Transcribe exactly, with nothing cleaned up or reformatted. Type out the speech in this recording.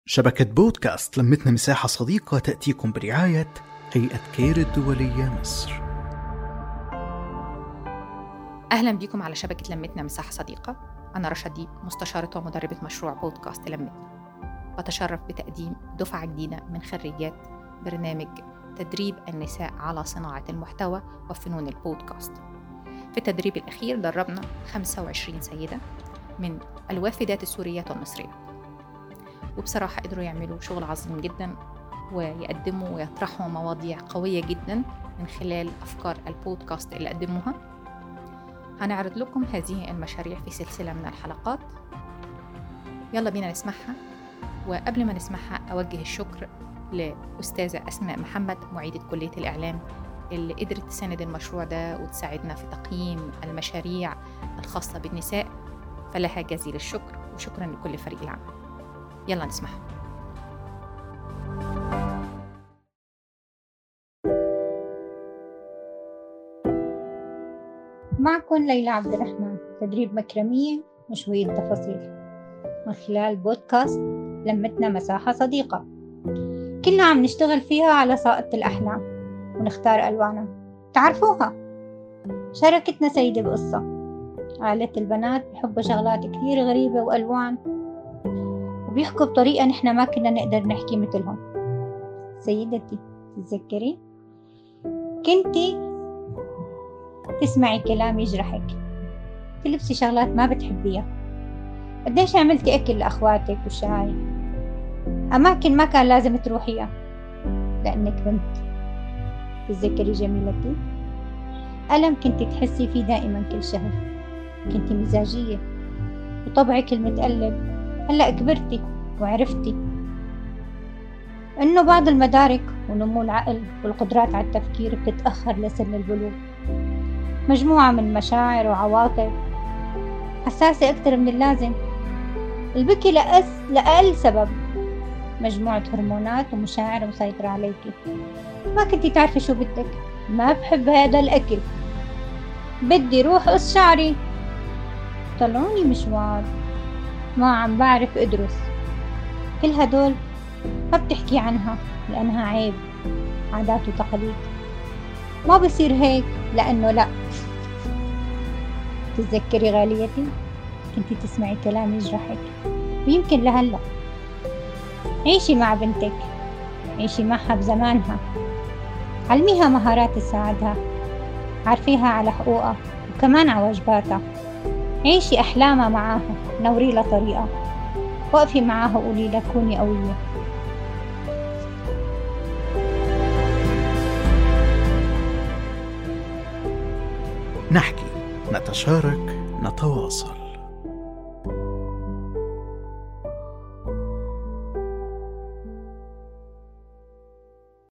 شبكة بودكاست لمتنا مساحة صديقة تأتيكم برعاية هيئة كير الدولية مصر. أهلا بكم على شبكة لمتنا مساحة صديقة. أنا رشا ديب، مستشارة ومدربة مشروع بودكاست لمتنا. بتشرف بتقديم دفعة جديدة من خريجات برنامج تدريب النساء على صناعة المحتوى وفنون البودكاست. في التدريب الأخير دربنا خمسة وعشرين سيدة من الوافدات السوريات والمصريات، وبصراحة قدروا يعملوا شغل عظيم جدا ويقدموا ويطرحوا مواضيع قوية جدا من خلال أفكار البودكاست اللي قدموها. هنعرض لكم هذه المشاريع في سلسلة من الحلقات، يلا بينا نسمعها. وقبل ما نسمعها أوجه الشكر لأستاذة أسماء محمد، معيدة كلية الإعلام، اللي قدرت تساند المشروع ده وتساعدنا في تقييم المشاريع الخاصة بالنساء، فلها جزيل الشكر، وشكرا لكل فريق العمل. يلا نسمعها. معكم ليلى عبد الرحمن، تدريب مكرمية وشوية تفاصيل من خلال بودكاست لمتنا مساحة صديقة. كلنا عم نشتغل فيها على سائقة الأحلام ونختار ألوانها، تعرفوها. شاركتنا سيدة بقصة، قالت البنات بحبوا شغلات كثير غريبة وألوان، وبيحكوا بطريقة نحن ما كنا نقدر نحكي مثلهم. سيدتي، تتذكري كنتي تسمعي كلام يجرحك، تلبسي شغلات ما بتحبيها، قديش عملتي أكل لأخواتك وشاي، أماكن ما كان لازم تروحيها لأنك بنت. تتذكري جميلتي ألم كنتي تحسي فيه دائما كل شهر، كنتي مزاجية وطبعك المتقلب. هلأ كبرتي وعرفتي إنه بعض المدارك ونمو العقل والقدرات على التفكير بتتأخر لسن البلوغ. مجموعة من مشاعر وعواطف حساسة أكتر من اللازم، البكي لأس لأقل سبب، مجموعة هرمونات ومشاعر مسيطرة عليكي. ما كنتي تعرفي شو بدك، ما بحب هذا الأكل، بدي روح قص شعري، طلعوني مشوار، ما عم بعرف أدرس. كل هدول ما بتحكي عنها لأنها عيب، عادات وتقاليد. ما بصير هيك لأنه لا. تتذكري غاليتي كنتي تسمعي كلام يجرحك، ويمكن لهلا. عيشي مع بنتك، عيشي معها بزمانها، علميها مهارات تساعدها، عارفيها على حقوقها وكمان على واجباتها. عيشي أحلامها معاها، نوري لها طريقة، وقفي معاها وقولي لها كوني قوية. نحكي، نتشارك، نتواصل.